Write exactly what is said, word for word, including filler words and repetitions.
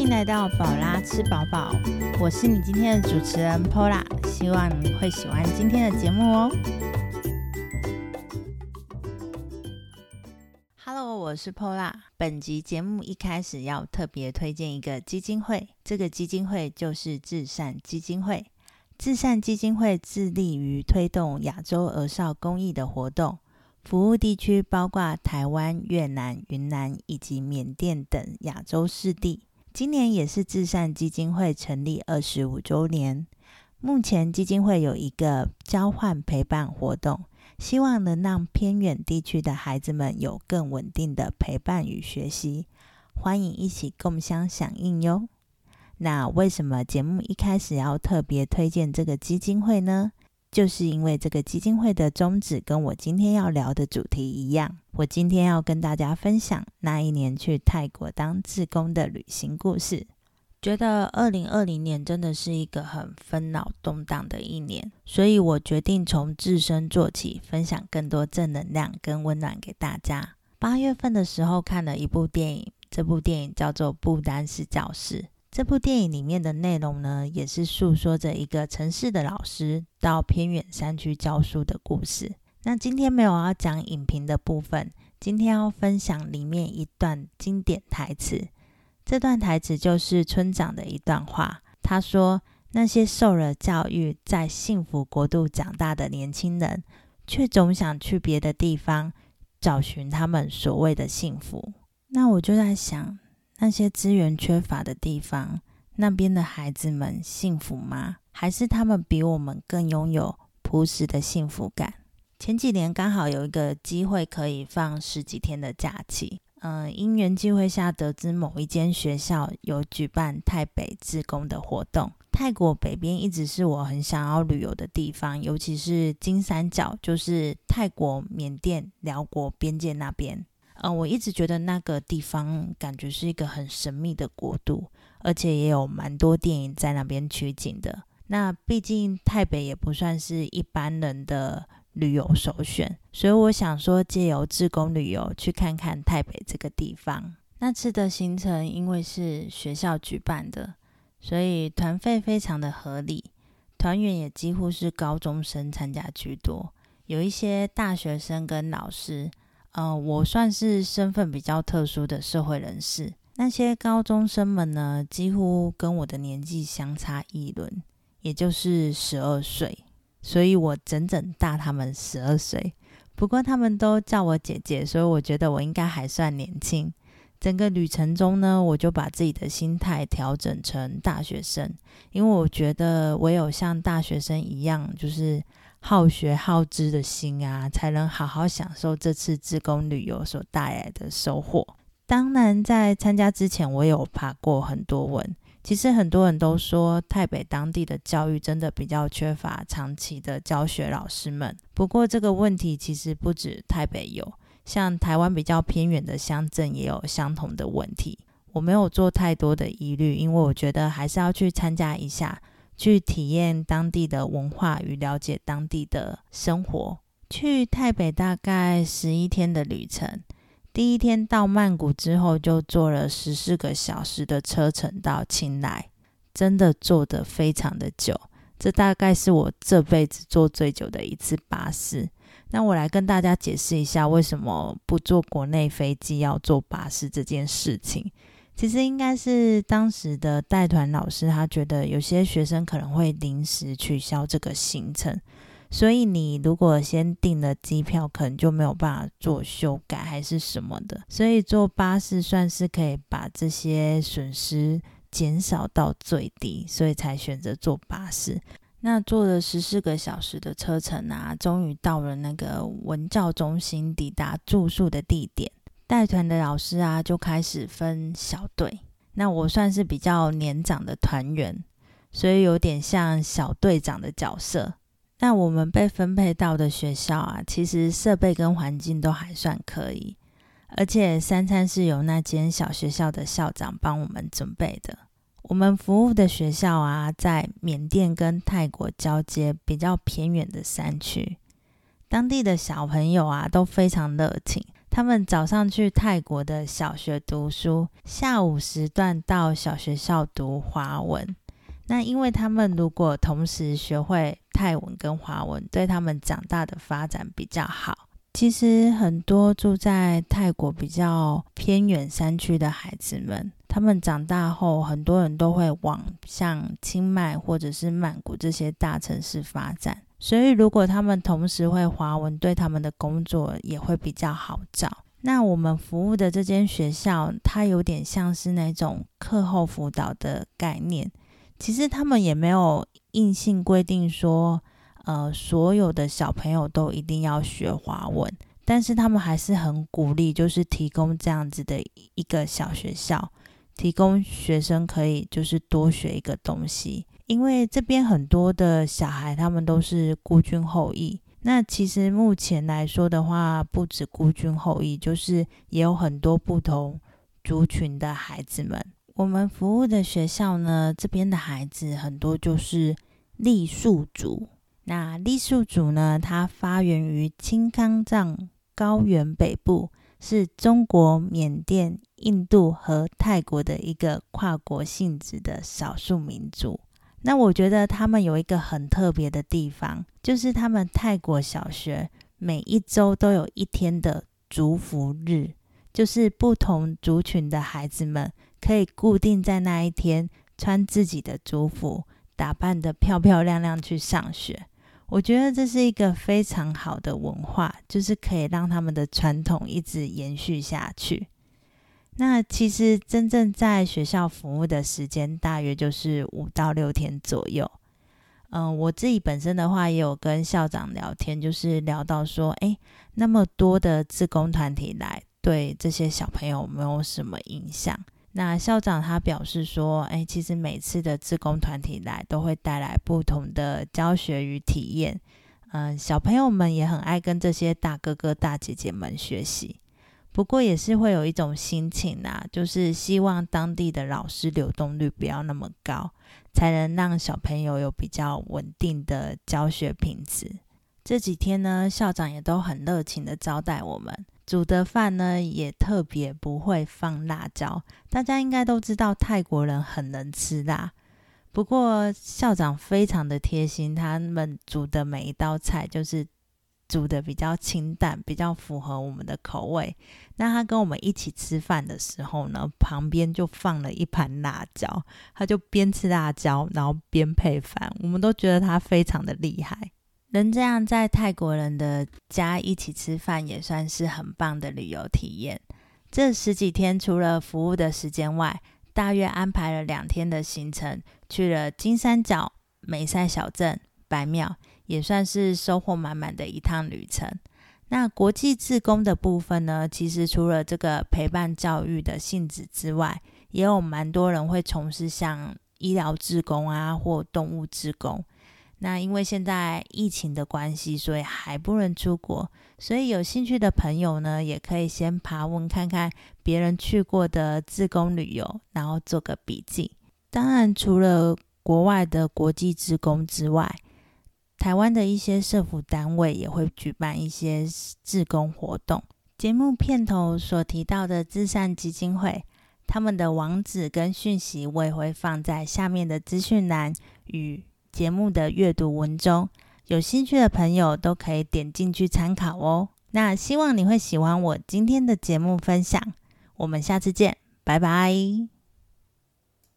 迎来到宝拉吃饱饱，我是你今天的主持人 Pola， 希望你会喜欢今天的节目哦。Hello， 我是 Pola。本集节目一开始要特别推荐一个基金会，这个基金会就是至善基金会。至善基金会致力于推动亚洲儿少公益的活动，服务地区包括台湾、越南、云南以及缅甸等亚洲市地。今年也是至善基金会成立二十五周年。目前基金会有一个交换陪伴活动，希望能让偏远地区的孩子们有更稳定的陪伴与学习，欢迎一起共襄响应哟。那为什么节目一开始要特别推荐这个基金会呢？就是因为这个基金会的宗旨跟我今天要聊的主题一样，我今天要跟大家分享那一年去泰国当志工的旅行故事。觉得二零二零年真的是一个很纷扰动荡的一年，所以我决定从自身做起，分享更多正能量跟温暖给大家。八月份的时候看了一部电影，这部电影叫做《不丹式教室》。这部电影里面的内容呢，也是诉说着一个城市的老师到偏远山区教书的故事。那今天没有要讲影评的部分，今天要分享里面一段经典台词。这段台词就是村长的一段话，他说：那些受了教育在幸福国度长大的年轻人，却总想去别的地方找寻他们所谓的幸福。那我就在想，那些资源缺乏的地方，那边的孩子们幸福吗？还是他们比我们更拥有朴实的幸福感？前几年刚好有一个机会可以放十几天的假期，嗯，因缘际会下得知某一间学校有举办泰北志工的活动。泰国北边一直是我很想要旅游的地方，尤其是金三角，就是泰国、缅甸、辽国边界那边。呃，我一直觉得那个地方感觉是一个很神秘的国度，而且也有蛮多电影在那边取景的。那毕竟泰北也不算是一般人的旅游首选，所以我想说借由志工旅游去看看泰北这个地方。那次的行程因为是学校举办的，所以团费非常的合理，团员也几乎是高中生参加居多，有一些大学生跟老师。呃，我算是身份比较特殊的社会人士，那些高中生们呢，几乎跟我的年纪相差一轮，也就是十二岁，所以我整整大他们十二岁。不过他们都叫我姐姐，所以我觉得我应该还算年轻。整个旅程中呢，我就把自己的心态调整成大学生，因为我觉得唯有像大学生一样，就是好学好知的心啊，才能好好享受这次志工旅游所带来的收获。当然在参加之前我有爬过很多文，其实很多人都说泰北当地的教育真的比较缺乏长期的教学老师们。不过这个问题其实不止泰北有，像台湾比较偏远的乡镇也有相同的问题。我没有做太多的疑虑，因为我觉得还是要去参加一下，去体验当地的文化与了解当地的生活。去泰北大概十一天的旅程，第一天到曼谷之后就坐了十四个小时的车程到清莱，真的坐得非常的久，这大概是我这辈子坐最久的一次巴士。那我来跟大家解释一下为什么不坐国内飞机要坐巴士这件事情。其实应该是当时的带团老师他觉得有些学生可能会临时取消这个行程，所以你如果先订了机票可能就没有办法做修改还是什么的，所以坐巴士算是可以把这些损失减少到最低，所以才选择坐巴士。那坐了十四个小时的车程啊，终于到了那个文教中心，抵达住宿的地点。带团的老师啊就开始分小队，那我算是比较年长的团员，所以有点像小队长的角色。那我们被分配到的学校啊，其实设备跟环境都还算可以，而且三餐是由那间小学校的校长帮我们准备的。我们服务的学校啊，在缅甸跟泰国交接比较偏远的山区，当地的小朋友啊都非常热情， 他们早上去泰国的小学读书，下午时段到小学校读华文。那因为他们如果同时学会泰文跟华文，对他们长大的发展比较好。其实很多住在泰国比较偏远山区的孩子们，他们长大后很多人都会往像清迈或者是曼谷这些大城市发展，所以如果他们同时会华文，对他们的工作也会比较好找。那我们服务的这间学校，它有点像是那种课后辅导的概念，其实他们也没有硬性规定说呃，所有的小朋友都一定要学华文，但是他们还是很鼓励，就是提供这样子的一个小学校，提供学生可以就是多学一个东西。因为这边很多的小孩他们都是孤军后裔，那其实目前来说的话，不止孤军后裔，就是也有很多不同族群的孩子们。我们服务的学校呢，这边的孩子很多就是傈僳族。那傈僳族呢，它发源于青康藏高原北部，是中国、缅甸、印度和泰国的一个跨国性质的少数民族。那我觉得他们有一个很特别的地方，就是他们泰国小学每一周都有一天的族服日，就是不同族群的孩子们可以固定在那一天穿自己的族服，打扮得漂漂亮亮去上学。我觉得这是一个非常好的文化，就是可以让他们的传统一直延续下去。那其实真正在学校服务的时间大约就是五到六天左右。嗯，我自己本身的话也有跟校长聊天，就是聊到说，诶，那么多的志工团体来，对这些小朋友有没有什么影响？那校长他表示说，哎，其实每次的志工团体来都会带来不同的教学与体验，嗯，小朋友们也很爱跟这些大哥哥大姐姐们学习。不过也是会有一种心情啊，就是希望当地的老师流动率不要那么高，才能让小朋友有比较稳定的教学品质。这几天呢，校长也都很热情的招待我们，煮的饭呢也特别不会放辣椒。大家应该都知道泰国人很能吃辣，不过校长非常的贴心，他们煮的每一道菜就是煮的比较清淡，比较符合我们的口味。那他跟我们一起吃饭的时候呢，旁边就放了一盘辣椒，他就边吃辣椒然后边配饭，我们都觉得他非常的厉害。能这样在泰国人的家一起吃饭，也算是很棒的旅游体验。这十几天除了服务的时间外，大约安排了两天的行程，去了金三角、美赛小镇、白庙，也算是收获满满的一趟旅程。那国际志工的部分呢，其实除了这个陪伴教育的性质之外，也有蛮多人会从事像医疗志工啊，或动物志工。那因为现在疫情的关系，所以还不能出国，所以有兴趣的朋友呢，也可以先爬文看看别人去过的志工旅游，然后做个笔记。当然除了国外的国际志工之外，台湾的一些社福单位也会举办一些志工活动。节目片头所提到的至善基金会，他们的网址跟讯息我也会放在下面的资讯栏与节目的阅读文中，有兴趣的朋友都可以点进去参考哦。那希望你会喜欢我今天的节目分享，我们下次见，拜拜。